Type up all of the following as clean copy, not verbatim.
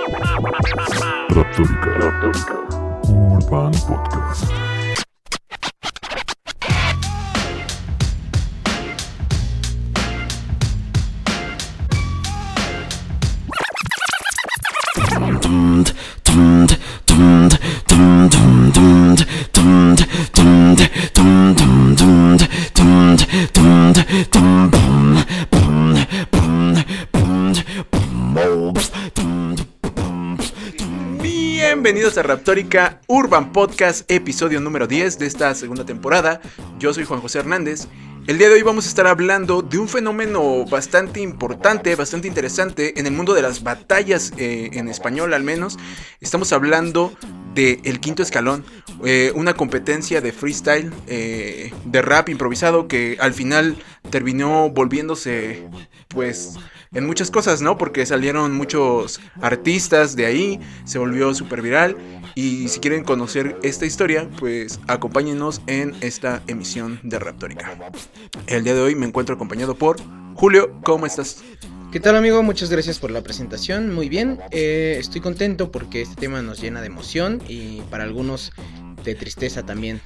Raptórica. Urban Podcast. Bienvenidos a Raptórica Urban Podcast, episodio número 10 de esta segunda temporada. Yo soy Juan José Hernández. El día de hoy vamos a estar hablando de un fenómeno bastante importante, bastante interesante en el mundo de las batallas, en español al menos. Estamos hablando de El Quinto Escalón, una competencia de freestyle, de rap improvisado que al final terminó volviéndose, pues, en muchas cosas, ¿no? Porque salieron muchos artistas de ahí, se volvió súper viral. Y si quieren conocer esta historia, pues acompáñenos en esta emisión de Raptórica. El día de hoy me encuentro acompañado por Julio. ¿Cómo estás? ¿Qué tal, amigo? Muchas gracias por la presentación. Muy bien, estoy contento porque este tema nos llena de emoción y para algunos de tristeza también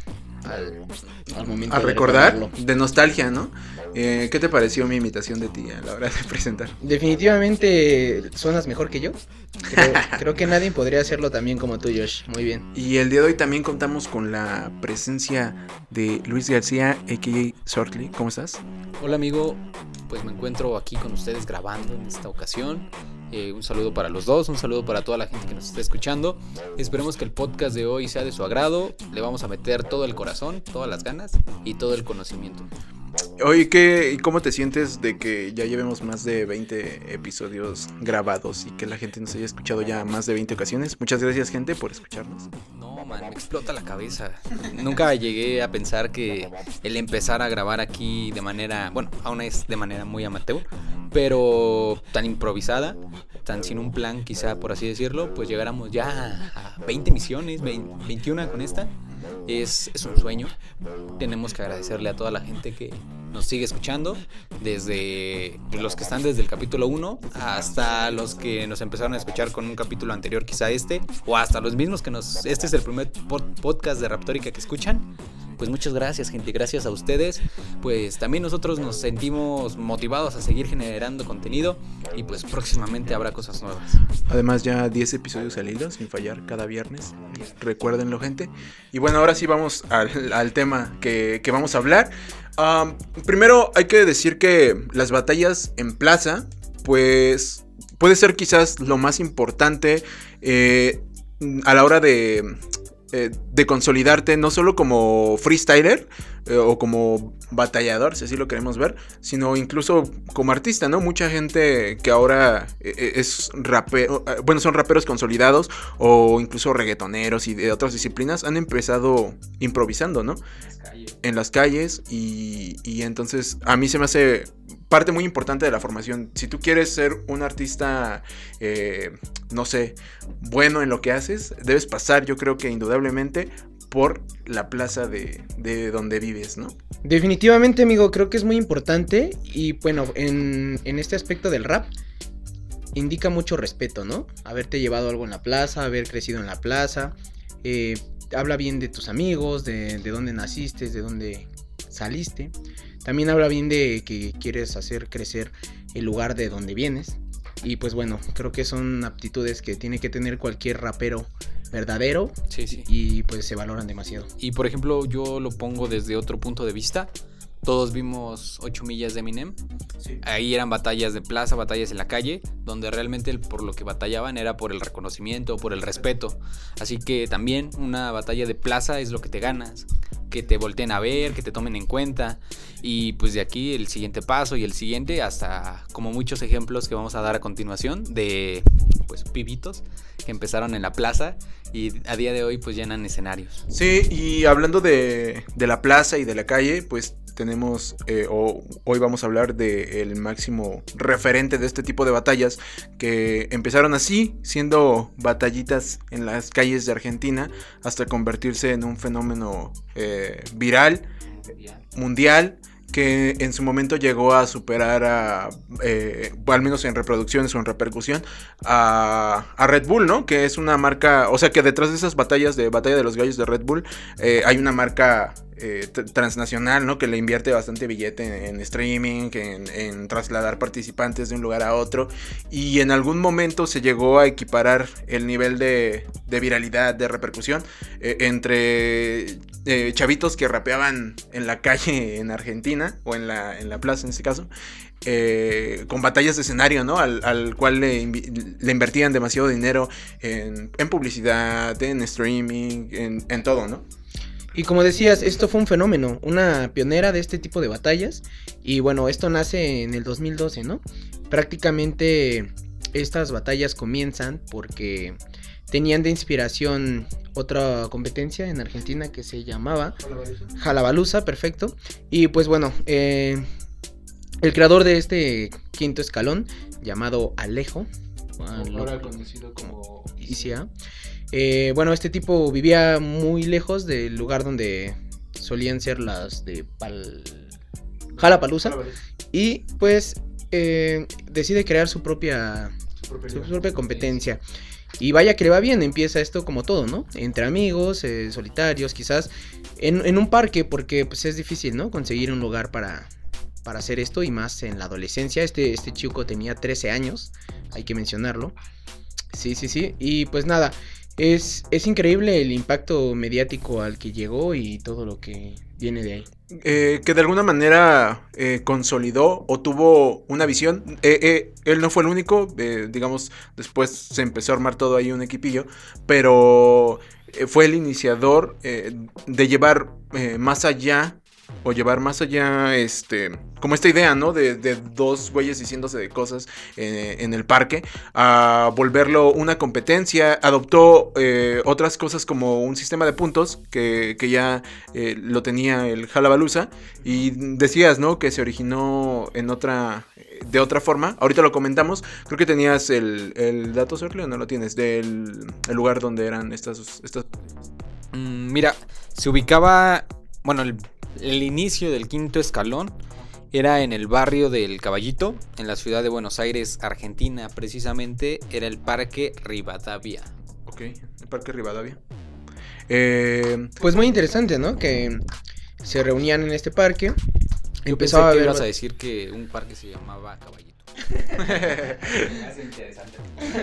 al momento de recordar, de nostalgia, ¿no? ¿Qué te pareció mi imitación de ti a la hora de presentar? Definitivamente suenas mejor que yo. Creo que nadie podría hacerlo tan bien como tú, Josh. Muy bien. Y el día de hoy también contamos con la presencia de Luis García, a.k.a. Shortly. ¿Cómo estás? Hola, amigo. Pues me encuentro aquí con ustedes grabando en esta ocasión. Un saludo para los dos, un saludo para toda la gente que nos está escuchando. Esperemos que el podcast de hoy sea de su agrado. Le vamos a meter todo el corazón, todas las ganas y todo el conocimiento. Oye, ¿cómo te sientes de que ya llevemos más de 20 episodios grabados y que la gente nos haya escuchado ya más de 20 ocasiones? Muchas gracias, gente, por escucharnos. No, man, me explota la cabeza. Nunca llegué a pensar que el empezar a grabar aquí de manera, bueno, aún es de manera muy amateur, pero tan improvisada, tan sin un plan quizá, por así decirlo, pues llegáramos ya a 20 misiones, 21 con esta. Es un sueño. Tenemos que agradecerle a toda la gente que nos sigue escuchando, desde los que están desde el capítulo 1 hasta los que nos empezaron a escuchar con un capítulo anterior, quizá o hasta los mismos que este es el primer podcast de Raptórica que escuchan. Pues muchas gracias, gente, gracias a ustedes. Pues también nosotros nos sentimos motivados a seguir generando contenido y pues próximamente habrá cosas nuevas. Además ya 10 episodios al hilo, sin fallar, cada viernes. Recuérdenlo, gente. Y bueno, ahora sí vamos al tema que vamos a hablar. Primero hay que decir que las batallas en plaza, pues puede ser quizás lo más importante a la hora de consolidarte, no solo como freestyler o como batallador, si así lo queremos ver, sino incluso como artista, ¿no? Mucha gente que ahora son raperos consolidados o incluso reggaetoneros y de otras disciplinas han empezado improvisando, ¿no? En las calles y entonces a mí se me hace parte muy importante de la formación. Si tú quieres ser un artista, no sé, bueno en lo que haces, debes pasar, yo creo que indudablemente, por la plaza de donde vives, ¿no? Definitivamente, amigo, creo que es muy importante y bueno, en este aspecto del rap indica mucho respeto, ¿no? Haberte llevado algo en la plaza, haber crecido en la plaza, habla bien de tus amigos, de dónde naciste, de dónde saliste. También habla bien de que quieres hacer crecer el lugar de donde vienes. Y pues bueno, creo que son aptitudes que tiene que tener cualquier rapero verdadero. Sí. Y pues se valoran demasiado. Y por ejemplo, yo lo pongo desde otro punto de vista. Todos vimos 8 millas de Eminem. Sí. Ahí eran batallas de plaza, batallas en la calle, donde realmente por lo que batallaban era por el reconocimiento, por el respeto. Así que también una batalla de plaza es lo que te ganas, que te volteen a ver, que te tomen en cuenta. Y pues de aquí el siguiente paso y el siguiente, hasta como muchos ejemplos que vamos a dar a continuación de pues pibitos que empezaron en la plaza y a día de hoy pues llenan escenarios. Sí, y hablando de la plaza y de la calle, pues tenemos, hoy vamos a hablar del máximo referente de este tipo de batallas que empezaron así, siendo batallitas en las calles de Argentina, hasta convertirse en un fenómeno viral, mundial, que en su momento llegó a superar al menos en reproducciones o en repercusión, a Red Bull, ¿no? Que es una marca, o sea que detrás de esas batallas de Batalla de los Gallos de Red Bull, hay una marca transnacional, ¿no? Que le invierte bastante billete en streaming, en trasladar participantes de un lugar a otro, y en algún momento se llegó a equiparar el nivel de viralidad, de repercusión, entre chavitos que rapeaban en la calle en Argentina, o en la plaza en este caso, con batallas de escenario, ¿no? Al cual le invertían demasiado dinero en publicidad, en streaming, en todo, ¿no? Y como decías, esto fue un fenómeno, una pionera de este tipo de batallas. Y bueno, esto nace en el 2012, ¿no? Prácticamente estas batallas comienzan porque tenían de inspiración otra competencia en Argentina que se llamaba Jalabaluza, perfecto. Y pues bueno, el creador de este quinto escalón, llamado Alejo, ahora conocido como ICA. Bueno, este tipo vivía muy lejos del lugar donde solían ser las de Jalapaluza. Y pues decide crear su propia competencia. Y vaya que le va bien, empieza esto como todo, ¿no? Entre amigos, solitarios, quizás en un parque, porque pues es difícil, ¿no? Conseguir un lugar para hacer esto, y más en la adolescencia. Este chico tenía 13 años, hay que mencionarlo. Sí, y pues nada, es increíble el impacto mediático al que llegó y todo lo que viene de ahí. Que de alguna manera consolidó o tuvo una visión. Él no fue el único, digamos, después se empezó a armar todo ahí un equipillo, pero fue el iniciador de llevar más allá, o llevar más allá, como esta idea, ¿no? De dos güeyes diciéndose de cosas en el parque, a volverlo una competencia. Adoptó otras cosas como un sistema de puntos que ya lo tenía el Jalabaluza. Y decías, ¿no? Que se originó de otra forma. Ahorita lo comentamos. Creo que tenías el dato, Sergio, ¿o no lo tienes? Del el lugar donde eran estas... Mira, se ubicaba, bueno, el inicio del quinto escalón era en el barrio del Caballito, en la ciudad de Buenos Aires, Argentina. Precisamente era el Parque Rivadavia. Ok, el Parque Rivadavia. Pues muy interesante, ¿no? Que se reunían en este parque. Yo Empezaba pensé a que ver... ibas a decir que un parque se llamaba Caballito. Es interesante.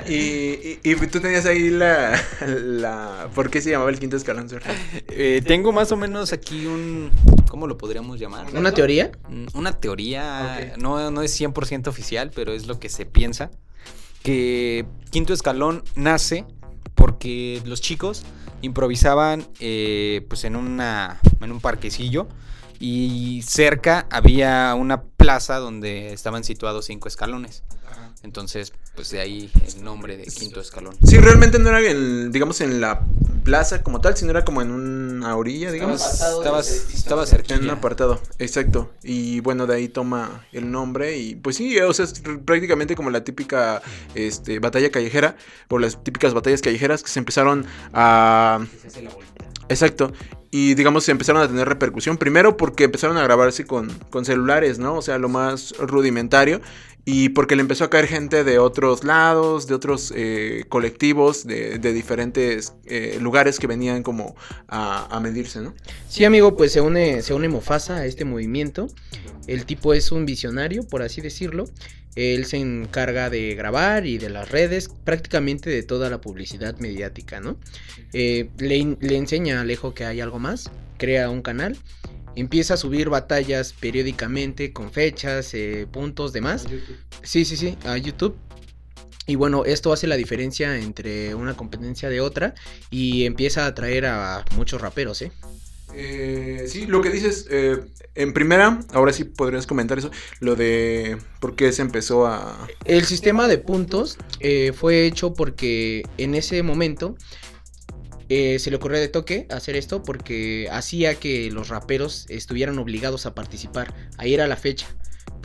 Y tú tenías ahí la... ¿Por qué se llamaba el quinto escalón, Sergio? Tengo más o menos aquí ¿cómo lo podríamos llamar? ¿Una teoría? Una teoría, Okay. no es 100% oficial, pero es lo que se piensa. Que quinto escalón nace porque los chicos improvisaban pues en un parquecillo, y cerca había una plaza donde estaban situados 5 escalones. Entonces, pues de ahí el nombre de quinto escalón. Sí, realmente no era digamos en la plaza como tal, sino era como en una orilla, digamos. Estaba cerquilla. En un apartado, exacto. Y bueno, de ahí toma el nombre. Y pues sí, o sea, es prácticamente como la típica batalla callejera, por las típicas batallas callejeras que se empezaron a... Exacto. Y digamos se empezaron a tener repercusión. Primero porque empezaron a grabarse con celulares, ¿no? O sea, lo más rudimentario. Y porque le empezó a caer gente de otros lados, de otros colectivos, de diferentes lugares que venían como a medirse, ¿no? Sí, amigo, pues se une Mufasa a este movimiento. El tipo es un visionario, por así decirlo. Él se encarga de grabar y de las redes, prácticamente de toda la publicidad mediática, ¿no? Le enseña a Alejo que hay algo más, crea un canal, empieza a subir batallas periódicamente con fechas, puntos, demás. Sí, a YouTube. Y bueno, esto hace la diferencia entre una competencia de otra y empieza a atraer a muchos raperos, ¿eh? Sí, lo que dices, en primera, ahora sí podrías comentar eso, lo de por qué se empezó a... El sistema de puntos fue hecho porque en ese momento se le ocurrió de toque hacer esto porque hacía que los raperos estuvieran obligados a participar. Ahí era la fecha.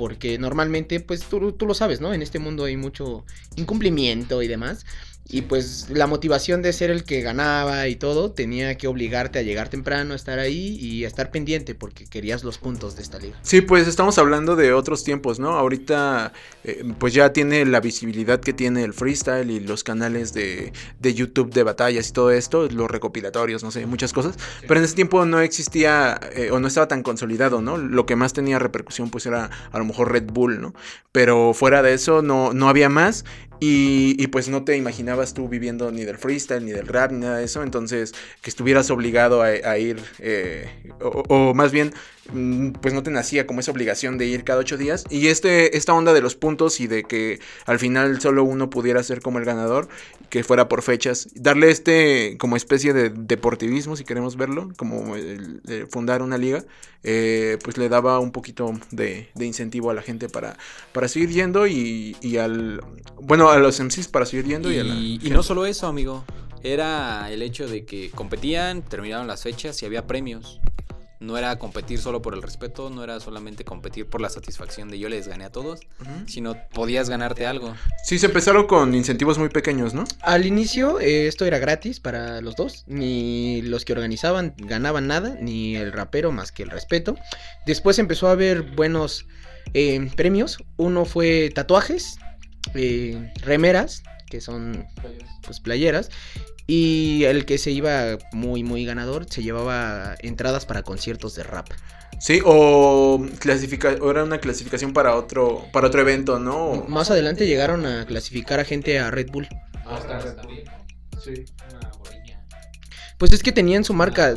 porque normalmente, pues tú lo sabes, ¿no? En este mundo hay mucho incumplimiento y demás. Y pues la motivación de ser el que ganaba y todo tenía que obligarte a llegar temprano, a estar ahí y a estar pendiente porque querías los puntos de esta liga. Sí, pues estamos hablando de otros tiempos, ¿no? Ahorita pues ya tiene la visibilidad que tiene el freestyle y los canales de YouTube de batallas y todo esto, los recopilatorios, no sé, muchas cosas. Sí. Pero en ese tiempo no existía o no estaba tan consolidado, ¿no? Lo que más tenía repercusión pues era a lo mejor Red Bull, ¿no? Pero fuera de eso no había más. Y pues no te imaginabas tú viviendo ni del freestyle, ni del rap, ni nada de eso. Entonces, que estuvieras obligado a ir, o más bien, pues no te nacía como esa obligación de ir cada 8 días. Y esta onda de los puntos y de que al final solo uno pudiera ser como el ganador, que fuera por fechas. Darle como especie de deportivismo, si queremos verlo, como fundar una liga, pues le daba un poquito de incentivo a la gente para seguir yendo y a los MCs para seguir yendo. Y no solo eso, amigo. Era el hecho de que competían, terminaron las fechas y había premios. No era competir solo por el respeto, no era solamente competir por la satisfacción de yo les gané a todos, sino podías ganarte algo. Sí, se empezaron con incentivos muy pequeños, ¿no? Al inicio esto era gratis para los dos, ni los que organizaban ganaban nada, ni el rapero más que el respeto. Después empezó a haber buenos premios, uno fue tatuajes, remeras, que son pues playeras. Y el que se iba muy muy ganador se llevaba entradas para conciertos de rap. Sí, o era una clasificación para otro evento, ¿no? Más adelante llegaron a clasificar a gente a Red Bull. Hasta Red Bull. Sí. Una bolilla. Pues es que tenían su marca.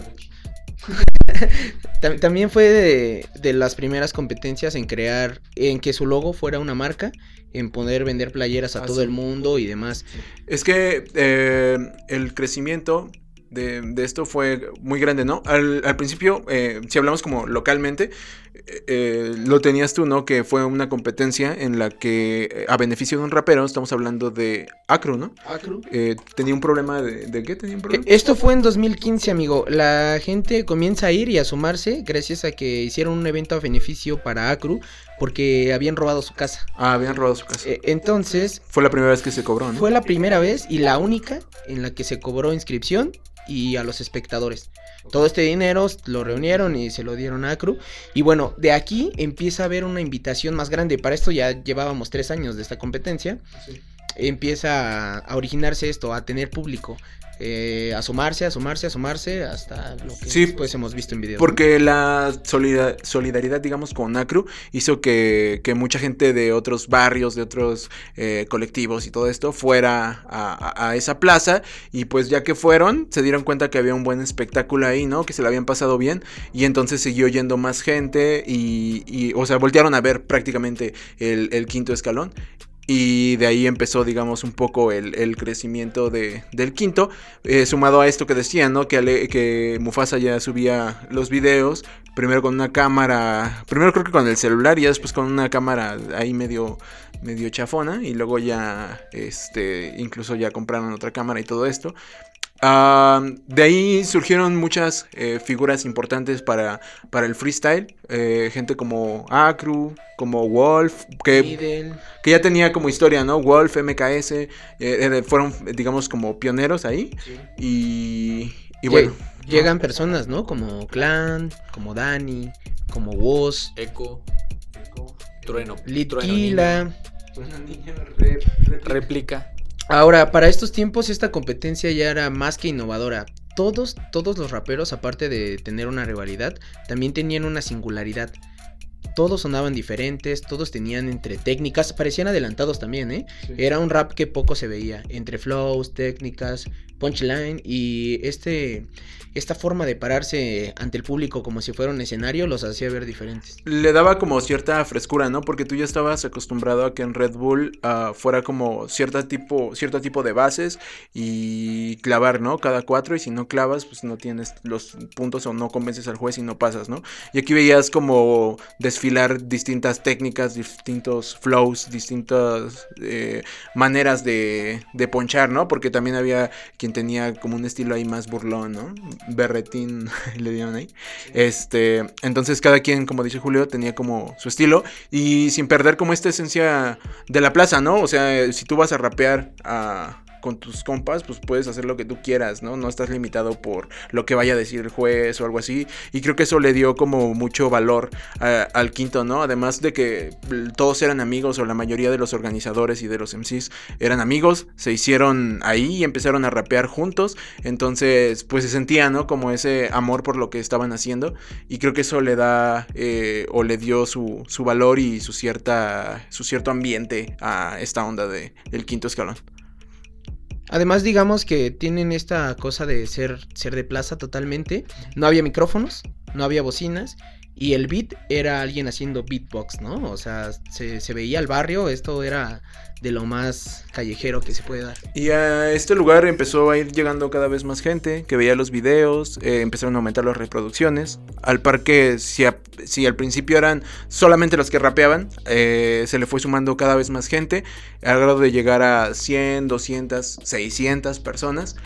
También fue de las primeras competencias en que su logo fuera una marca, en poder vender playeras a todo el mundo y demás. Es que el crecimiento de esto fue muy grande, ¿no? Al principio, si hablamos como localmente, lo tenías tú, ¿no? Que fue una competencia en la que, a beneficio de un rapero, estamos hablando de Acru, ¿no? Acru. Tenía un problema ¿de qué tenía un problema? Esto fue en 2015, amigo. La gente comienza a ir y a sumarse gracias a que hicieron un evento a beneficio para Acru porque habían robado su casa. Habían robado su casa. Entonces... Fue la primera vez que se cobró, ¿no? Fue la primera vez y la única en la que se cobró inscripción y a los espectadores. Todo este dinero lo reunieron y se lo dieron a Acru. Y bueno, de aquí empieza a haber una invitación más grande. Para esto ya llevábamos 3 años de esta competencia. Sí. Empieza a originarse esto, a tener público. A sumarse hasta lo que después hemos visto en videos. Porque la solidaridad, digamos, con Acru hizo que mucha gente de otros barrios, de otros colectivos y todo esto fuera a esa plaza. Y pues ya que fueron, se dieron cuenta que había un buen espectáculo ahí, ¿no? Que se la habían pasado bien. Y entonces siguió yendo más gente y o sea, voltearon a ver prácticamente el quinto escalón. Y de ahí empezó, digamos, un poco el crecimiento del quinto, sumado a esto que decían, ¿no? Que Mufasa ya subía los videos, primero con una cámara, primero creo que con el celular y ya después con una cámara ahí medio chafona, y luego ya, incluso ya compraron otra cámara y todo esto. De ahí surgieron muchas figuras importantes para el freestyle, gente como Acru, como Wolf, que ya tenía como historia, ¿no? Wolf, MKS, fueron, digamos, como pioneros ahí. Sí. Y bueno. Llegan personas, ¿no? Como Clan, como Dani, como Woz, Echo, Trueno, Litquila, Réplica. Ahora, para estos tiempos esta competencia ya era más que innovadora. Todos los raperos, aparte de tener una rivalidad, también tenían una singularidad. Todos sonaban diferentes, todos tenían entre técnicas, parecían adelantados también, ¿eh? Sí. Era un rap que poco se veía, entre flows, técnicas, punchline y esta forma de pararse ante el público como si fuera un escenario los hacía ver diferentes. Le daba como cierta frescura, ¿no? Porque tú ya estabas acostumbrado a que en Red Bull fuera como cierto tipo de bases y clavar, ¿no? Cada 4, y si no clavas, pues no tienes los puntos o no convences al juez y no pasas, ¿no? Y aquí veías como desfilar perfilar distintas técnicas, distintos flows, distintas maneras de ponchar, ¿no? Porque también había quien tenía como un estilo ahí más burlón, ¿no? Berretín le dieron ahí. Entonces cada quien, como dice Julio, tenía como su estilo y sin perder como esta esencia de la plaza, ¿no? O sea, si tú vas a rapear con tus compas, pues puedes hacer lo que tú quieras, ¿no? No estás limitado por lo que vaya a decir el juez o algo así. Y creo que eso le dio como mucho valor al quinto, ¿no? Además de que todos eran amigos, o la mayoría de los organizadores y de los MCs eran amigos, se hicieron ahí y empezaron a rapear juntos. Entonces, pues se sentía, ¿no? Como ese amor por lo que estaban haciendo. Y creo que eso le da, o le dio su valor y su cierto ambiente a esta onda del quinto escalón. Además, digamos que tienen esta cosa de ser de plaza totalmente. No había micrófonos, no había bocinas. Y el beat era alguien haciendo beatbox, ¿no? O sea, se veía el barrio. Esto era de lo más callejero que se puede dar. Y a este lugar empezó a ir llegando cada vez más gente que veía los videos, empezaron a aumentar las reproducciones. Al par que si al principio eran solamente los que rapeaban, se le fue sumando cada vez más gente, al grado de llegar a 100, 200, 600 personas.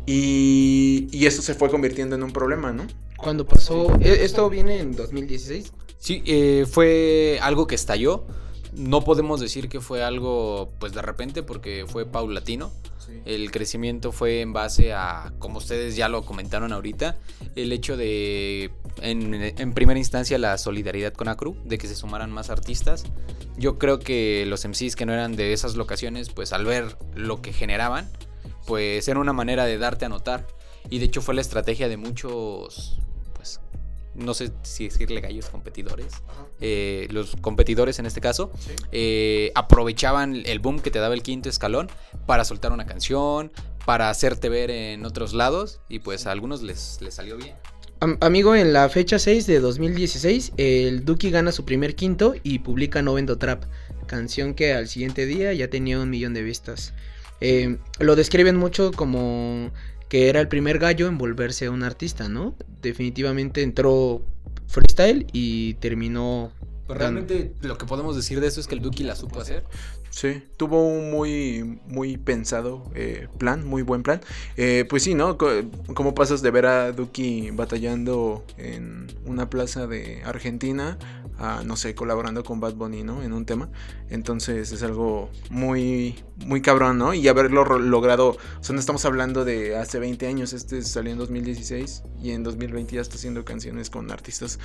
Y esto se fue convirtiendo en un problema, ¿no? Cuando pasó, esto viene en 2016. Sí, fue algo que estalló. No podemos decir que fue algo pues de repente, porque fue paulatino. Sí. El crecimiento fue en base a, como ustedes ya lo comentaron ahorita, el hecho de, en primera instancia, la solidaridad con ACRU, de que se sumaran más artistas. Yo creo que los MCs que no eran de esas locaciones, pues al ver lo que generaban, pues era una manera de darte a notar. Y de hecho fue la estrategia de muchos, pues, no sé si decirle gallos competidores. Los competidores en este caso, sí, aprovechaban el boom que te daba el quinto escalón para soltar una canción, para hacerte ver en otros lados, y pues a algunos les salió bien. Amigo, en la fecha 6 de 2016, el Duki gana su primer quinto y publica No Vendo Trap, canción que al siguiente día ya tenía 1 millón de vistas. Lo describen mucho como que era el primer gallo en volverse un artista, ¿no? Definitivamente entró freestyle y terminó... Pero realmente lo que podemos decir de eso es que el Duki la supo hacer. Sí, tuvo un muy pensado plan, muy buen plan. Pues sí, ¿no? ¿Cómo pasas de ver a Duki batallando en una plaza de Argentina a, no sé, colaborando con Bad Bunny, ¿no? En un tema. Entonces es algo muy cabrón, ¿no? Y haberlo logrado, o sea, no estamos hablando de hace 20 años, salió en 2016 y en 2020 ya está haciendo canciones con artistas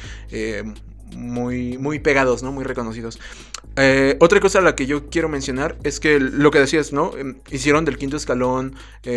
muy pegados, ¿no? Muy reconocidos. Otra cosa a la que yo quiero mencionar es que lo que decías, ¿no? Hicieron del quinto escalón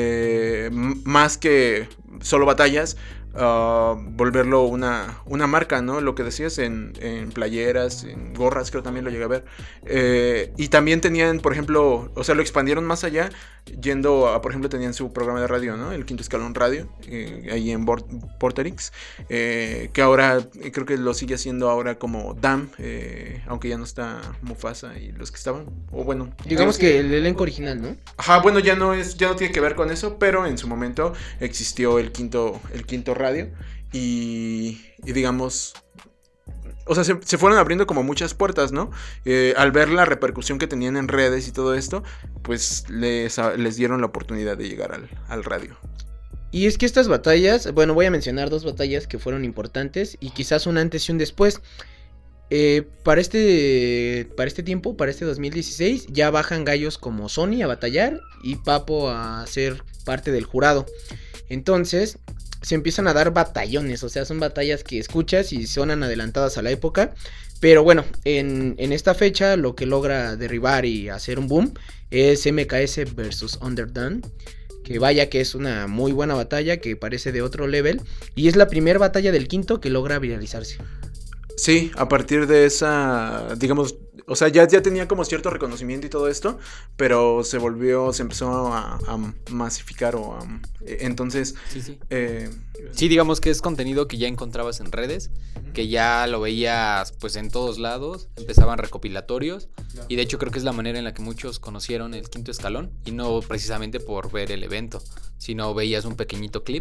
más que solo batallas, volverlo una marca, ¿no? Lo que decías en playeras, en gorras, creo también lo llegué a ver. Y también tenían, por ejemplo, o sea, lo expandieron más allá, yendo a, por ejemplo, tenían su programa de radio, ¿no? El Quinto Escalón Radio, ahí en Porterix, que ahora creo que lo sigue haciendo ahora como DAM, aunque ya no está Mufasa y los que estaban, o bueno. Digamos que el elenco original, ¿no? Ajá, bueno, ya no tiene que ver con eso, pero en su momento existió el quinto radio y digamos, o sea, se fueron abriendo como muchas puertas, ¿no? Al ver la repercusión que tenían en redes y todo esto, pues les dieron la oportunidad de llegar al radio. Y es que estas batallas, bueno, voy a mencionar 2 batallas que fueron importantes y quizás un antes y un después. Para este tiempo, para este 2016, ya bajan gallos como Sony a batallar y Papo a ser parte del jurado. Entonces se empiezan a dar batallones, o sea, son batallas que escuchas y sonan adelantadas a la época. Pero bueno, en esta fecha lo que logra derribar y hacer un boom es MKS versus Underdone. Que vaya que es una muy buena batalla, que parece de otro level. Y es la primera batalla del quinto que logra viralizarse. Sí, a partir de esa, digamos, o sea, ya tenía como cierto reconocimiento y todo esto, pero se empezó a masificar entonces... Sí. Sí, digamos que es contenido que ya encontrabas en redes, que ya lo veías pues en todos lados, empezaban recopilatorios, y de hecho creo que es la manera en la que muchos conocieron el Quinto Escalón, y no precisamente por ver el evento, sino veías un pequeñito clip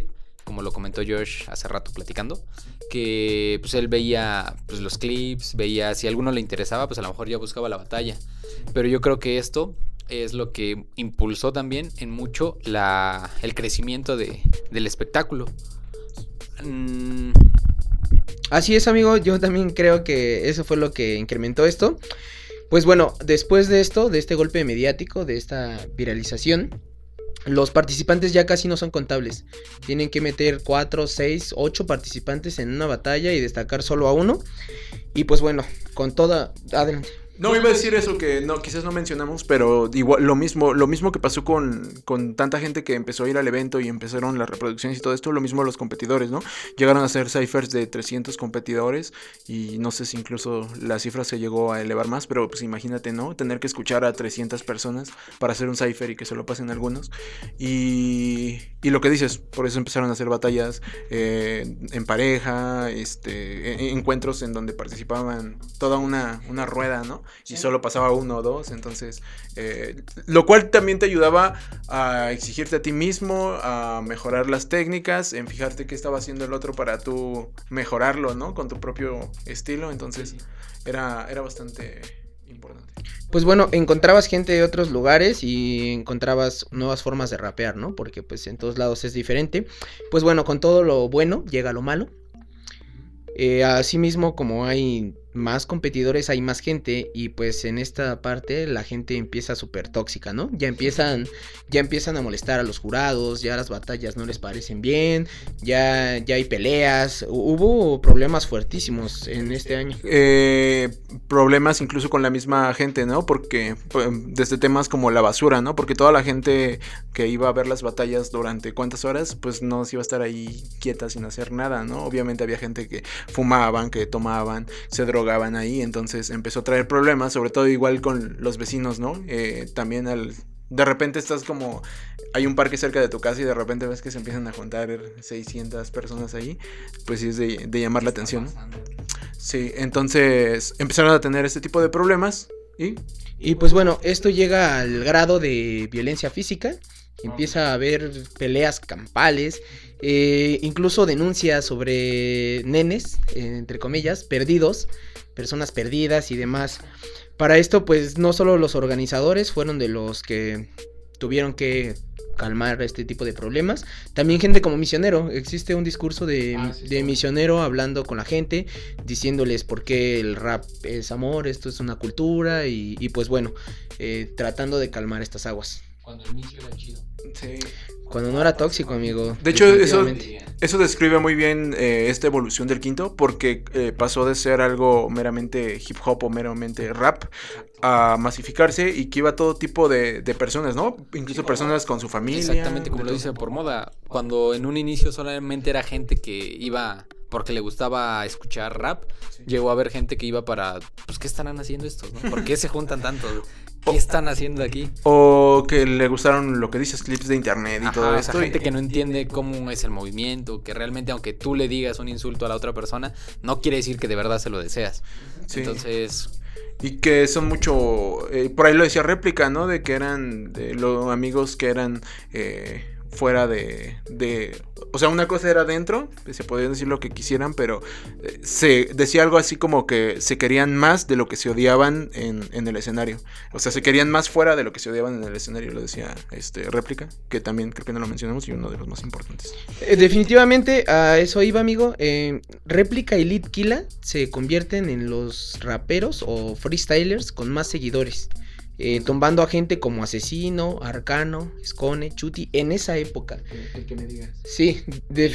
como lo comentó Josh hace rato platicando, que pues él veía pues los clips, veía si a alguno le interesaba, pues a lo mejor ya buscaba la batalla. Pero yo creo que esto es lo que impulsó también en mucho el crecimiento del espectáculo. Así es, amigo, yo también creo que eso fue lo que incrementó esto. Pues bueno, después de esto, de este golpe mediático, de esta viralización, los participantes ya casi no son contables. Tienen que meter 4, 6, 8 participantes en una batalla y destacar solo a uno. Y pues bueno, con toda... Adelante. No, iba a decir eso que no, quizás no mencionamos, pero igual lo mismo que pasó con tanta gente que empezó a ir al evento y empezaron las reproducciones y todo esto, lo mismo los competidores, ¿no? Llegaron a hacer ciphers de 300 competidores y no sé si incluso la cifra se llegó a elevar más, pero pues imagínate, ¿no? Tener que escuchar a 300 personas para hacer un cipher y que se lo pasen algunos. Y lo que dices, por eso empezaron a hacer batallas en pareja, encuentros en donde participaban toda una rueda, ¿no? Y solo pasaba 1 o 2, entonces lo cual también te ayudaba a exigirte a ti mismo, a mejorar las técnicas, en fijarte qué estaba haciendo el otro para tú mejorarlo, ¿no? Con tu propio estilo, entonces era bastante importante. Pues bueno, encontrabas gente de otros lugares y encontrabas nuevas formas de rapear, ¿no? Porque pues en todos lados es diferente. Pues bueno, con todo lo bueno llega lo malo. Asimismo, como hay más competidores, hay más gente, y pues en esta parte la gente empieza súper tóxica, ¿no? Ya empiezan a molestar a los jurados, ya las batallas no les parecen bien, ya hay peleas, hubo problemas fuertísimos en este año. Problemas incluso con la misma gente, ¿no? Porque desde temas como la basura, ¿no? Porque toda la gente que iba a ver las batallas durante cuántas horas, pues no se iba a estar ahí quieta sin hacer nada, ¿no? Obviamente había gente que fumaban, que tomaban, se drogaban ahí, entonces empezó a traer problemas, sobre todo igual con los vecinos, ¿no? También de repente estás como, hay un parque cerca de tu casa y de repente ves que se empiezan a juntar 600 personas ahí, pues sí es de llamar la atención, ¿no? Sí, entonces empezaron a tener este tipo de problemas y pues bueno, esto llega al grado de violencia física. Empieza a haber peleas campales, incluso denuncias sobre nenes, entre comillas, perdidos, personas perdidas y demás. Para esto, pues no solo los organizadores fueron de los que tuvieron que calmar este tipo de problemas, también gente como Misionero. Existe un discurso de Misionero hablando con la gente, diciéndoles por qué el rap es amor, esto es una cultura y pues bueno, tratando de calmar estas aguas. Cuando el inicio era chido. Sí. Cuando no era tóxico, amigo. De hecho, eso describe muy bien esta evolución del quinto, porque pasó de ser algo meramente hip hop o meramente rap a masificarse y que iba todo tipo de personas, ¿no? Incluso personas con su familia. Exactamente, como lo dice por moda. Cuando en un inicio solamente era gente que iba porque le gustaba escuchar rap, llegó a haber gente que iba para, pues, ¿qué estarán haciendo estos, no? ¿Por qué se juntan tanto? ¿Qué están haciendo aquí? O que le gustaron lo que dices, clips de internet y todo esto. Gente que no entiende cómo es el movimiento, que realmente aunque tú le digas un insulto a la otra persona, no quiere decir que de verdad se lo deseas. Sí. Entonces... Y que son mucho, por ahí lo decía Réplica, ¿no? De que eran los amigos que eran fuera de... O sea, una cosa era dentro, se podían decir lo que quisieran, pero se decía algo así como que se querían más de lo que se odiaban en el escenario. O sea, se querían más fuera de lo que se odiaban en el escenario, lo decía Réplica, que también creo que no lo mencionamos y uno de los más importantes. Definitivamente a eso iba, amigo. Réplica y Litquila se convierten en los raperos o freestylers con más seguidores. Tumbando a gente como Asesino, Arcano, Skone, Chuti, en esa época. El que me digas. Sí,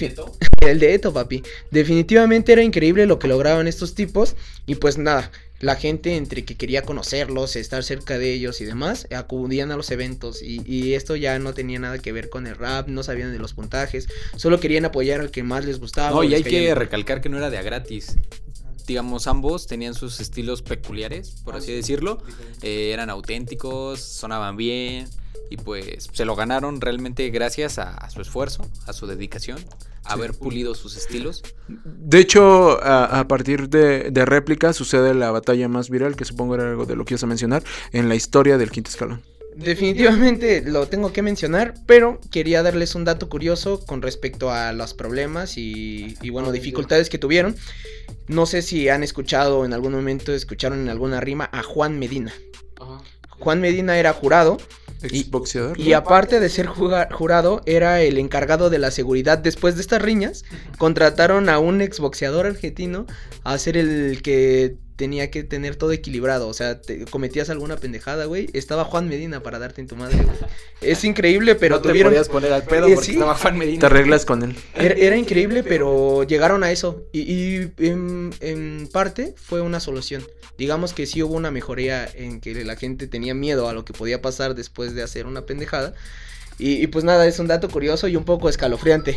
el de Eto, papi. Definitivamente era increíble lo que lograban estos tipos. Y pues nada, la gente entre que quería conocerlos, estar cerca de ellos y demás, acudían a los eventos. Y esto ya no tenía nada que ver con el rap, no sabían de los puntajes, solo querían apoyar al que más les gustaba. No, y hay que recalcar que no era de a gratis. Digamos, ambos tenían sus estilos peculiares, por así decirlo. Eran auténticos, sonaban bien. Y pues se lo ganaron realmente gracias a su esfuerzo, a su dedicación, a haber pulido sus estilos. De hecho, a partir de Réplica sucede la batalla más viral, que supongo era algo de lo que ibas a mencionar, en la historia del quinto escalón. definitivamente lo tengo que mencionar, pero quería darles un dato curioso con respecto a los problemas y bueno, dificultades que tuvieron. No sé si han escuchado en algún momento, escucharon en alguna rima a Juan Medina. Juan Medina era jurado. Exboxeador. Y aparte de ser jurado, era el encargado de la seguridad. Después de estas riñas, contrataron a un exboxeador argentino a ser el que tenía que tener todo equilibrado. O sea, cometías alguna pendejada, güey. Estaba Juan Medina para darte en tu madre, güey. Es increíble, pero no tuvieron... te podías poner al pedo porque sí. estaba Juan Medina. Te arreglas con él. Era increíble, pero llegaron a eso. Y en parte fue una solución. Digamos que sí hubo una mejoría en que la gente tenía miedo a lo que podía pasar después de hacer una pendejada. Y pues nada, es un dato curioso y un poco escalofriante.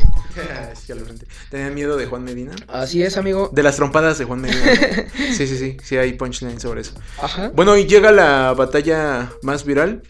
¿Tenía miedo de Juan Medina? Así es, amigo. De las trompadas de Juan Medina. Sí, hay punchline sobre eso. Ajá. Bueno, y llega la batalla más viral.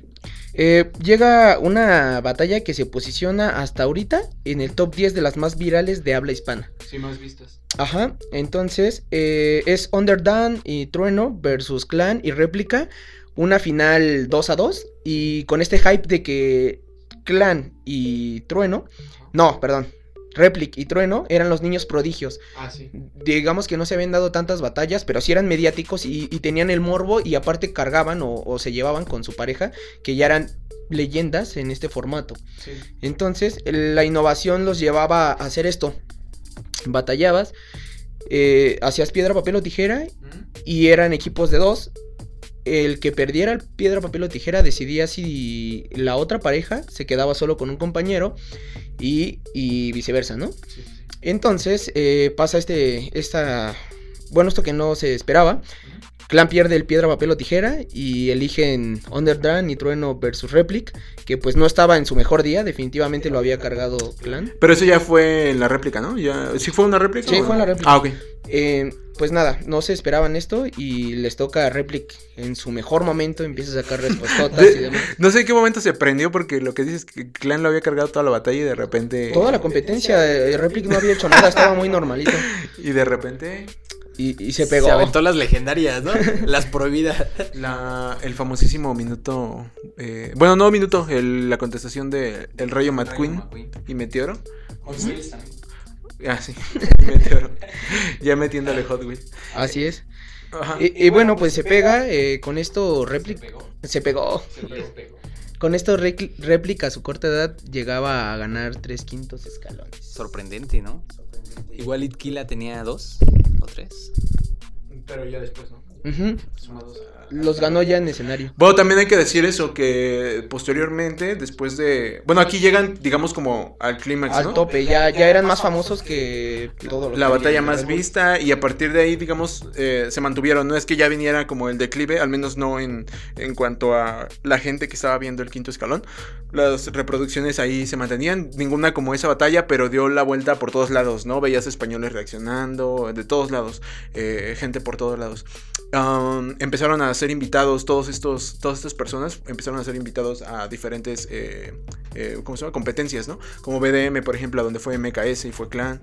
Llega una batalla que se posiciona hasta ahorita en el top 10 de las más virales de habla hispana. Sí, más vistas. Ajá, entonces es Underdone y Trueno versus Clan y Réplica. Una final 2-2 y con este hype de que Clan y Trueno, no, perdón, Réplica y Trueno eran los niños prodigios. Ah, sí. Digamos que no se habían dado tantas batallas, pero sí eran mediáticos y tenían el morbo y aparte cargaban o se llevaban con su pareja, que ya eran leyendas en este formato. Sí. Entonces la innovación los llevaba a hacer esto. Batallabas, hacías piedra, papel o tijera y eran equipos de 2. El que perdiera el piedra, papel o tijera decidía si la otra pareja se quedaba solo con un compañero y viceversa, ¿no? Sí. Entonces pasa esto que no se esperaba. Clan pierde el piedra, papel o tijera y eligen Underdone y Trueno versus Réplica, que pues no estaba en su mejor día, definitivamente lo había cargado Clan. Pero eso ya fue en la réplica, ¿no? ¿Sí fue una réplica? Sí, fue en la réplica. Ah, ok. Pues nada, no se esperaban esto y les toca a Réplica en su mejor momento, empieza a sacar respuestas y demás. No sé en qué momento se prendió porque lo que dices es que Clan lo había cargado toda la batalla y de repente... Toda la competencia, Réplica no había hecho nada, estaba muy normalito. Y de repente... Y se pegó. Se aventó las legendarias, ¿no? Las prohibidas. El famosísimo minuto... la contestación de el Rayo McQueen y Meteoro. Hot Wheels también. Ah, sí, Meteoro. Ya metiéndole Hot Wheels. Así es. Ajá. Y bueno, pues se pega, con esto Réplica... Se pegó. Con esto Réplica a su corta edad llegaba a ganar 3/5 escalones. Sorprendente, ¿no? Igual Itkila tenía 2 o 3. Pero ya después, ¿no? Uh-huh. Sumados a... Los ganó ya en escenario. Bueno, también hay que decir eso, que posteriormente, después de... Bueno, aquí llegan, digamos, como al clímax, Al ¿no? tope, ya eran más famosos que todo lo La que batalla había en más Red Bull. vista y a partir de ahí, digamos, se mantuvieron. No es que ya viniera como el declive, al menos no en cuanto a la gente que estaba viendo el quinto escalón. Las reproducciones ahí se mantenían, ninguna como esa batalla, pero dio la vuelta por todos lados, ¿no? Veías españoles reaccionando, de todos lados, gente por todos lados. Empezaron a ser invitados, todas estas personas empezaron a ser invitados a diferentes ¿cómo se llama? Competencias, ¿no? Como BDM, por ejemplo, donde fue MKS y fue Clan,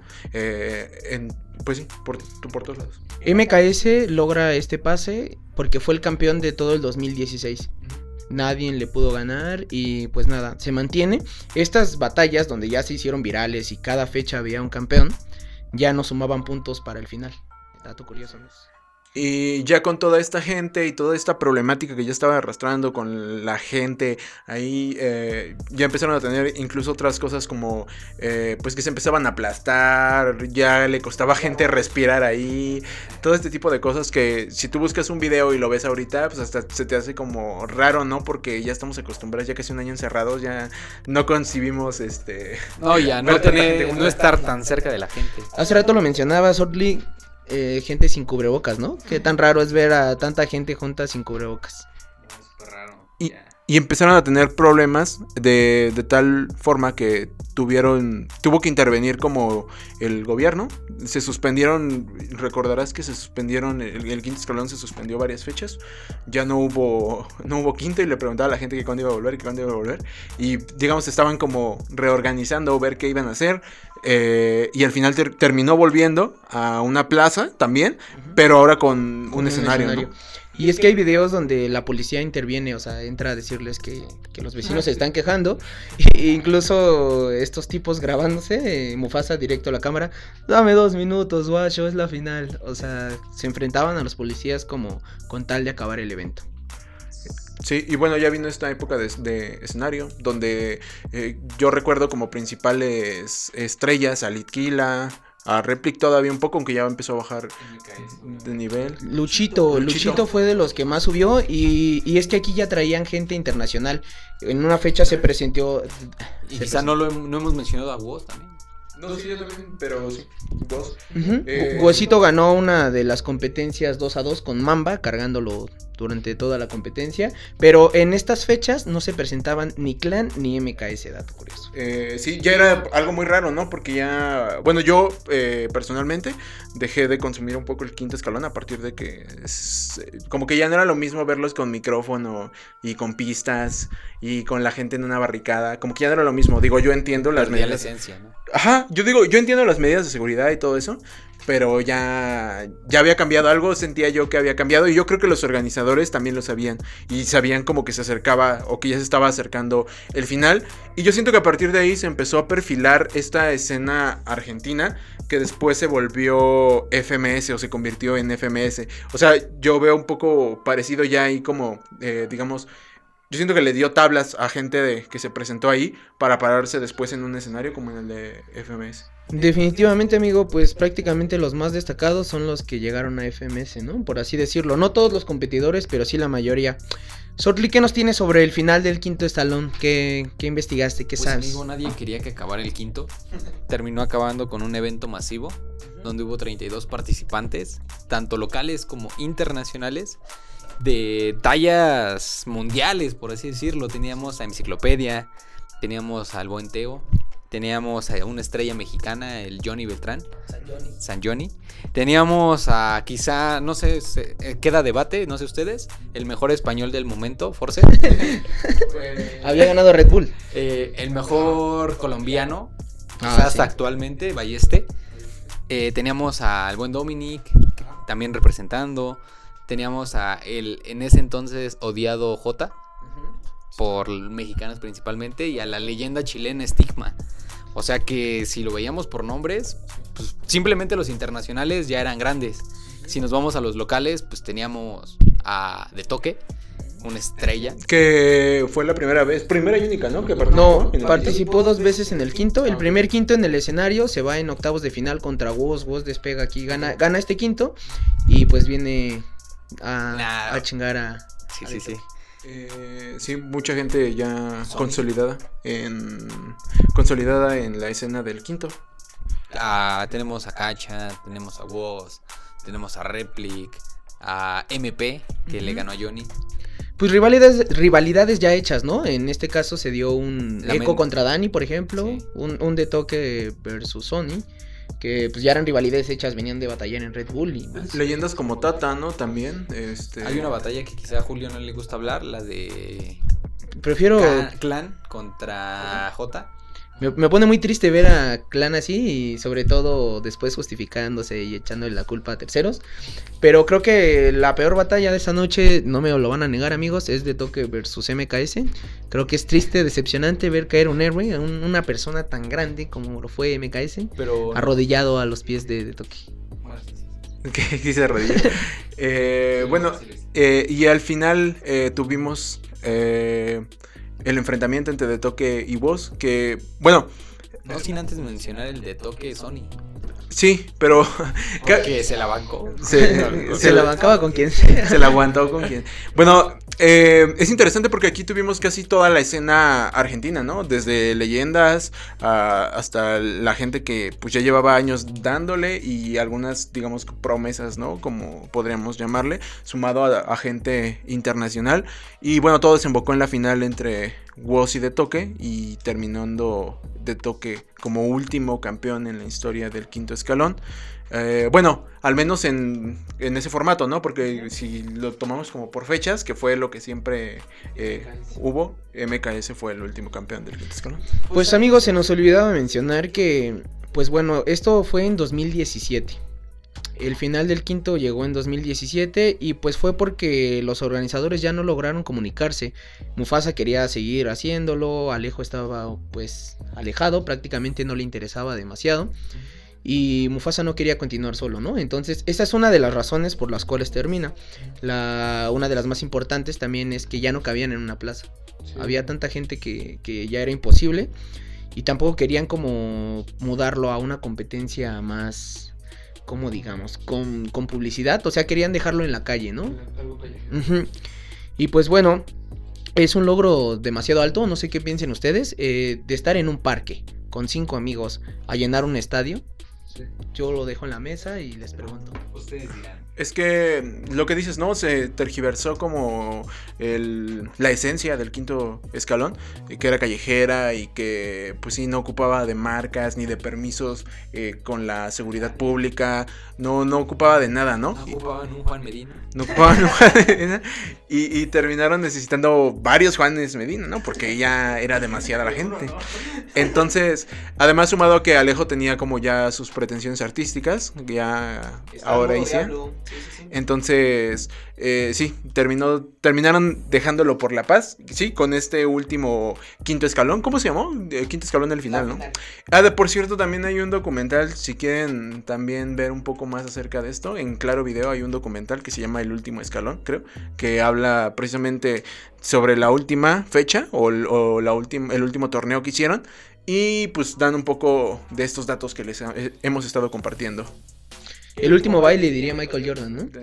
pues sí, por todos lados. MKS logra este pase porque fue el campeón de todo el 2016. Nadie le pudo ganar y pues nada, se mantiene. Estas batallas donde ya se hicieron virales y cada fecha había un campeón, ya no sumaban puntos para el final. Dato curioso, ¿no? Y ya con toda esta gente y toda esta problemática que ya estaba arrastrando con la gente, ahí ya empezaron a tener incluso otras cosas como pues que se empezaban a aplastar, ya le costaba a gente respirar ahí, todo este tipo de cosas que si tú buscas un video y lo ves ahorita, pues hasta se te hace como raro, ¿no? Porque ya estamos acostumbrados, ya casi un año encerrados, ya no concibimos No, ya, no, no estar tan cerca de la gente. Hace rato lo mencionabas, Orly, gente sin cubrebocas, ¿no? Qué tan raro es ver a tanta gente junta sin cubrebocas. Súper raro. Y empezaron a tener problemas de tal forma que tuvo que intervenir como el gobierno. Se suspendieron, recordarás que se suspendieron, el quinto escalón se suspendió varias fechas. Ya no hubo quinto y le preguntaba a la gente que cuándo iba a volver, Y digamos estaban como reorganizando, ver qué iban a hacer. Y al final terminó volviendo a una plaza también, pero ahora con un escenario, ¿no? Y es que hay videos donde la policía interviene, o sea, entra a decirles que los vecinos se están quejando. E incluso estos tipos grabándose, Mufasa directo a la cámara, dame 2 minutos, guacho, es la final. O sea, se enfrentaban a los policías como con tal de acabar el evento. Sí, y bueno, ya vino esta época de escenario, donde yo recuerdo como principales estrellas a Litquila, a Replic todavía un poco, aunque ya empezó a bajar de nivel. Luchito fue de los que más subió y es que aquí ya traían gente internacional. En una fecha se presentó... Y quizá no hemos mencionado a Woz también. No, sí, yo también, pero sí, dos. Huesito ganó una de las competencias 2-2 con Mamba, cargándolo durante toda la competencia. Pero en estas fechas no se presentaban ni Clan ni MKS, dato curioso. Sí, ya era algo muy raro, ¿no? Porque ya, bueno, yo personalmente dejé de consumir un poco el quinto escalón a partir de que como que ya no era lo mismo verlos con micrófono y con pistas y con la gente en una barricada, como que ya no era lo mismo. Digo, yo entiendo las Perdía la medidas. esencia, ¿no? Ajá, yo entiendo las medidas de seguridad y todo eso, pero ya había cambiado algo, sentía yo que había cambiado y yo creo que los organizadores también lo sabían y sabían como que se acercaba o que ya se estaba acercando el final y yo siento que a partir de ahí se empezó a perfilar esta escena argentina que después se volvió FMS o se convirtió en FMS, o sea, yo veo un poco parecido ya ahí como, digamos... Yo siento que le dio tablas a gente que se presentó ahí para pararse después en un escenario como en el de FMS. Definitivamente, amigo, pues prácticamente los más destacados son los que llegaron a FMS, ¿no? Por así decirlo. No todos los competidores, pero sí la mayoría. Sotli, ¿qué nos tienes sobre el final del quinto escalón? ¿Qué investigaste? ¿Qué Pues sabes? amigo, nadie quería que acabara el quinto. Terminó acabando con un evento masivo donde hubo 32 participantes, tanto locales como internacionales, de tallas mundiales, por así decirlo. Teníamos a Enciclopedia, teníamos al Buen Teo, teníamos a una estrella mexicana, el Johnny Beltrán, San Johnny. Teníamos a quizá, no sé, queda debate, no sé ustedes, el mejor español del momento, Force. Había ganado Red Bull. El mejor colombiano, Ah, quizás sí. actualmente, Balleste. Teníamos al buen Dominic, también representando. Teníamos a el en ese entonces odiado J, por mexicanos principalmente, y a la leyenda chilena Stigma. O sea que si lo veíamos por nombres, pues simplemente los internacionales ya eran grandes. Si nos vamos a los locales, pues teníamos a De Toque, una estrella. Que fue la primera y única, ¿no? Que No, en el participó 2 veces en el quinto. El primer quinto en el escenario, se va en octavos de final contra Woz. Woz despega aquí, gana este quinto y pues viene a chingar a... Sí. sí, mucha gente ya Sony. consolidada en la escena del quinto. Tenemos a Cacha, tenemos a Woz, tenemos a Replic, a MP, que le ganó a Johnny. Pues rivalidades ya hechas, ¿no? En este caso se dio un La Echo men- contra Dani, por ejemplo. Sí. Un De Toque versus Sony. Que pues ya eran rivalidades hechas, venían de batallar en Red Bull y más. Leyendas como Tata, ¿no? También, Hay una batalla que quizá a Julio no le gusta hablar, la de Prefiero... Clan contra J. Me pone muy triste ver a Clan así y sobre todo después justificándose y echándole la culpa a terceros. Pero creo que la peor batalla de esa noche, no me lo van a negar, amigos, es De Toque versus MKS. Creo que es triste, decepcionante ver caer un héroe, una persona tan grande como lo fue MKS, Pero arrodillado a los pies de Toque. que dice rodilla. Bueno, y al final tuvimos el enfrentamiento entre De Toque y Woz, que, bueno, no sin antes mencionar el De Toque Sony, sí, pero que se la bancó. Se la bancaba con quien sea. Se la aguantó con quien. Bueno, es interesante porque aquí tuvimos casi toda la escena argentina, ¿no? Desde leyendas hasta la gente que pues ya llevaba años dándole y algunas, digamos, promesas, ¿no? Como podríamos llamarle, sumado a gente internacional. Y bueno, todo desembocó en la final entre Woz y De Toque y terminando De Toque como último campeón en la historia del quinto escalón. Bueno, al menos en ese formato, ¿no? Porque si lo tomamos como por fechas, que fue lo que siempre hubo, MKS fue el último campeón del quinto escalón. Pues amigos, se nos olvidaba mencionar que, pues bueno, esto fue en 2017. El final del quinto llegó en 2017 y pues fue porque los organizadores ya no lograron comunicarse. Mufasa quería seguir haciéndolo, Alejo estaba pues alejado, prácticamente no le interesaba demasiado. Y Mufasa no quería continuar solo, ¿no? Entonces, esa es una de las razones por las cuales termina. Una de las más importantes también es que ya no cabían en una plaza. Sí. Había tanta gente que ya era imposible. Y tampoco querían como mudarlo a una competencia más, ¿cómo digamos? Con publicidad. O sea, querían dejarlo en la calle, ¿no? Uh-huh. Y pues bueno, es un logro demasiado alto. No sé qué piensen ustedes. De estar en un parque con 5 amigos a llenar un estadio. Sí. Yo lo dejo en la mesa y les pregunto. Ustedes dirán. Es que lo que dices, ¿no? Se tergiversó como la esencia del quinto escalón, que era callejera y que pues sí no ocupaba de marcas ni de permisos con la seguridad pública, no ocupaba de nada, ¿no? No ocupaban un Juan Medina. No ocupaban un Juan Medina y terminaron necesitando varios Juanes Medina, ¿no? Porque ya era demasiada la gente. Entonces, además sumado a que Alejo tenía como ya sus pretensiones artísticas, ya ahora hice. Entonces, sí, terminaron dejándolo por la paz, sí, con este último quinto escalón. ¿Cómo se llamó? Quinto escalón del final, ¿no? Por cierto, también hay un documental, si quieren también ver un poco más acerca de esto, en Claro Video hay un documental que se llama El Último Escalón, creo, que habla precisamente sobre la última fecha o el último torneo que hicieron y pues dan un poco de estos datos que les hemos estado compartiendo. El último baile, diría Michael Jordan, ¿no?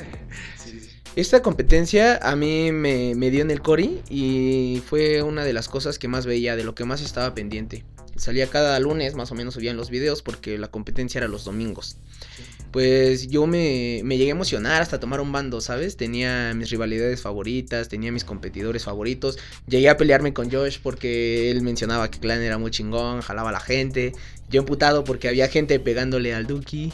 Sí. Esta competencia a mí me dio en el Cori y fue una de las cosas que más veía, de lo que más estaba pendiente. Salía cada lunes, más o menos subían los videos porque la competencia era los domingos. Pues yo me llegué a emocionar hasta tomar un bando, ¿sabes? Tenía mis rivalidades favoritas, tenía mis competidores favoritos. Llegué a pelearme con Josh porque él mencionaba que Clan era muy chingón, jalaba a la gente. Yo emputado porque había gente pegándole al Duki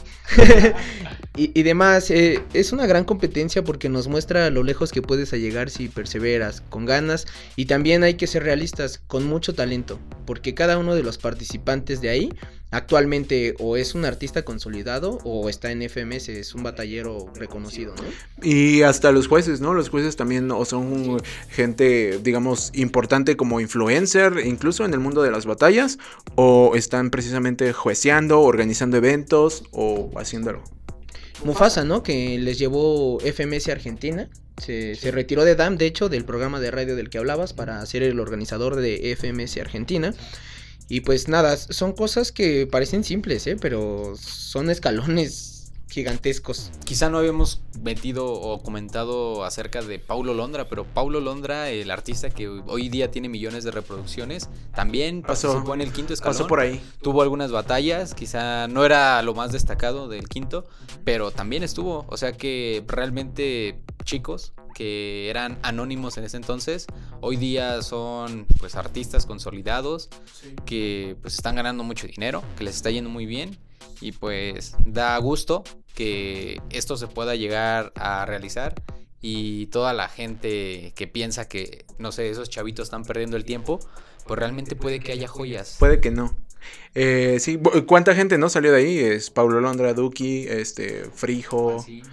y demás. Es una gran competencia porque nos muestra lo lejos que puedes llegar si perseveras, con ganas. Y también hay que ser realistas, con mucho talento, porque cada uno de los participantes de ahí actualmente o es un artista consolidado o está en FMS, es un batallero reconocido, ¿no? Y hasta los jueces, ¿no? Los jueces también o son gente, digamos, importante como influencer, incluso en el mundo de las batallas, o están precisamente jueceando, organizando eventos o haciéndolo. Mufasa, ¿no? Que les llevó FMS Argentina. Se retiró de DAM, de hecho, del programa de radio del que hablabas, para ser el organizador de FMS Argentina. Y pues nada, son cosas que parecen simples, pero son escalones gigantescos. Quizá no habíamos metido o comentado acerca de Paulo Londra, pero Paulo Londra, el artista que hoy día tiene millones de reproducciones, también participó en el quinto escalón. Pasó por ahí. Tuvo algunas batallas, quizá no era lo más destacado del quinto, pero también estuvo. O sea que realmente chicos que eran anónimos en ese entonces, hoy día son pues artistas consolidados, sí, que pues están ganando mucho dinero, que les está yendo muy bien. Y pues da gusto que esto se pueda llegar a realizar. Y toda la gente que piensa que, no sé, esos chavitos están perdiendo el tiempo, pues realmente puede que haya joyas. Puede que no. Sí, ¿cuánta gente no salió de ahí? Es Paulo Londra, Duki, Frijo. Sí.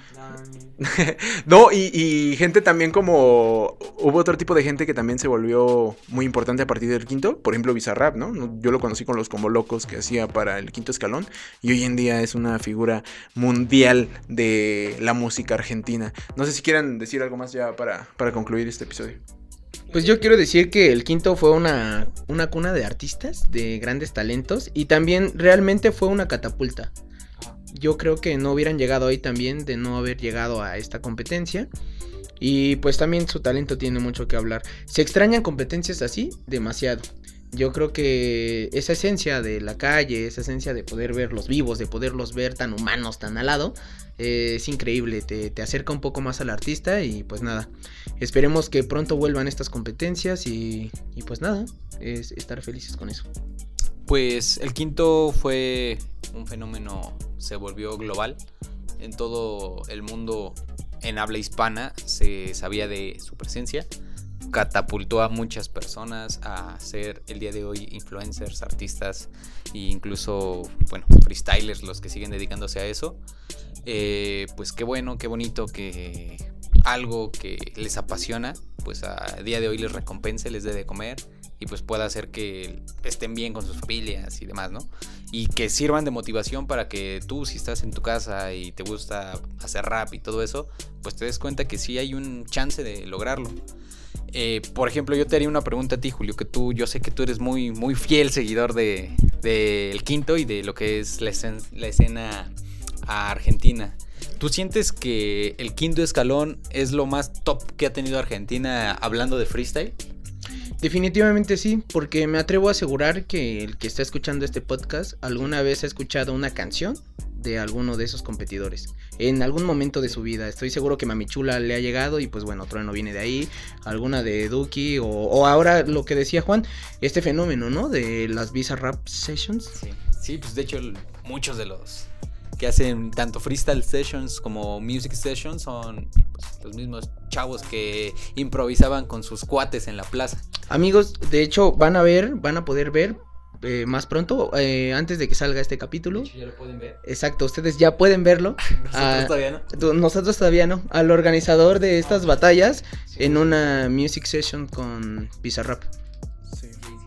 No, y gente también como... Hubo otro tipo de gente que también se volvió muy importante a partir del quinto. Por ejemplo, Bizarrap, ¿no? Yo lo conocí con los Combo Locos que hacía para el quinto escalón. Y hoy en día es una figura mundial de la música argentina. No sé si quieran decir algo más ya para concluir este episodio. Pues yo quiero decir que el quinto fue una cuna de artistas, de grandes talentos, y también realmente fue una catapulta. Yo creo que no hubieran llegado ahí también de no haber llegado a esta competencia. Y pues también su talento tiene mucho que hablar. ¿Se extrañan competencias así? Demasiado. Yo creo que esa esencia de la calle, esa esencia de poder verlos vivos, de poderlos ver tan humanos, tan al lado, es increíble, te acerca un poco más al artista. Y pues nada, esperemos que pronto vuelvan estas competencias y pues nada, es estar felices con eso. Pues el quinto fue un fenómeno, se volvió global. En todo el mundo en habla hispana se sabía de su presencia. Catapultó a muchas personas a ser el día de hoy influencers, artistas e incluso, bueno, freestylers, los que siguen dedicándose a eso. Pues qué bueno, qué bonito que algo que les apasiona, pues a día de hoy les recompense, les dé de comer y pues pueda hacer que estén bien con sus familias y demás, ¿no? Y que sirvan de motivación para que tú, si estás en tu casa y te gusta hacer rap y todo eso, pues te des cuenta que sí hay un chance de lograrlo. Por ejemplo, yo te haría una pregunta a ti, Julio, que yo sé que tú eres muy, muy fiel seguidor de El Quinto y de lo que es la escena argentina. ¿Tú sientes que El Quinto Escalón es lo más top que ha tenido Argentina hablando de freestyle? Definitivamente sí, porque me atrevo a asegurar que el que está escuchando este podcast alguna vez ha escuchado una canción de alguno de esos competidores en algún momento de su vida. Estoy seguro que Mami Chula le ha llegado y pues bueno, Trueno viene de ahí, alguna de Duki o ahora lo que decía Juan, este fenómeno, ¿no? De las Visa Rap Sessions. Sí, pues de hecho muchos de los que hacen tanto freestyle sessions como music sessions son pues, los mismos chavos que improvisaban con sus cuates en la plaza. Amigos, de hecho van a poder ver más pronto, antes de que salga este capítulo. De hecho, ya lo pueden ver. Exacto, ustedes ya pueden verlo. Nosotros todavía no. Nosotros todavía no. Al organizador de estas batallas en una music session con Bizarrap. Sí.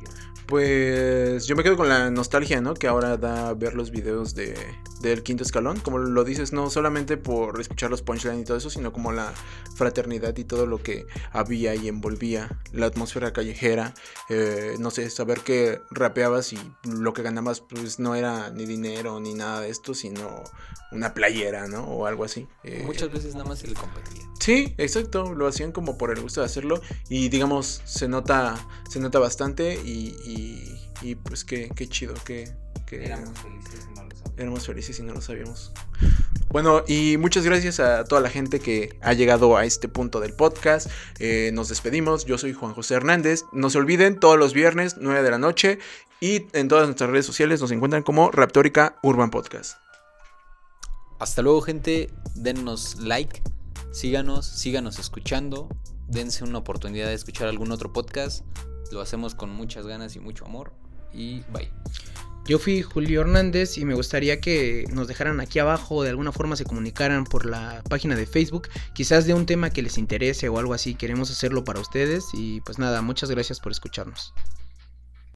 Pues yo me quedo con la nostalgia, ¿no? Que ahora da ver los videos del Quinto Escalón. Como lo dices, no solamente por escuchar los punchlines y todo eso, sino como la fraternidad y todo lo que había y envolvía la atmósfera callejera. No sé, saber que rapeabas y lo que ganabas pues no era ni dinero ni nada de esto, sino una playera, ¿no? O algo así. Muchas veces nada más se le competía. Sí, exacto, lo hacían como por el gusto de hacerlo y digamos, se nota bastante y pues qué chido, que éramos felices y no lo sabíamos. Bueno, y muchas gracias a toda la gente que ha llegado a este punto del podcast. Nos despedimos, yo soy Juan José Hernández. No se olviden, todos los viernes, 9 de la noche, y en todas nuestras redes sociales nos encuentran como Raptórica Urban Podcast. Hasta luego, gente, dennos like, síganos escuchando, dense una oportunidad de escuchar algún otro podcast. Lo hacemos con muchas ganas y mucho amor. Y bye. Yo fui Julio Hernández y me gustaría que nos dejaran aquí abajo o de alguna forma se comunicaran por la página de Facebook, quizás de un tema que les interese o algo así. Queremos hacerlo para ustedes y pues nada, muchas gracias por escucharnos.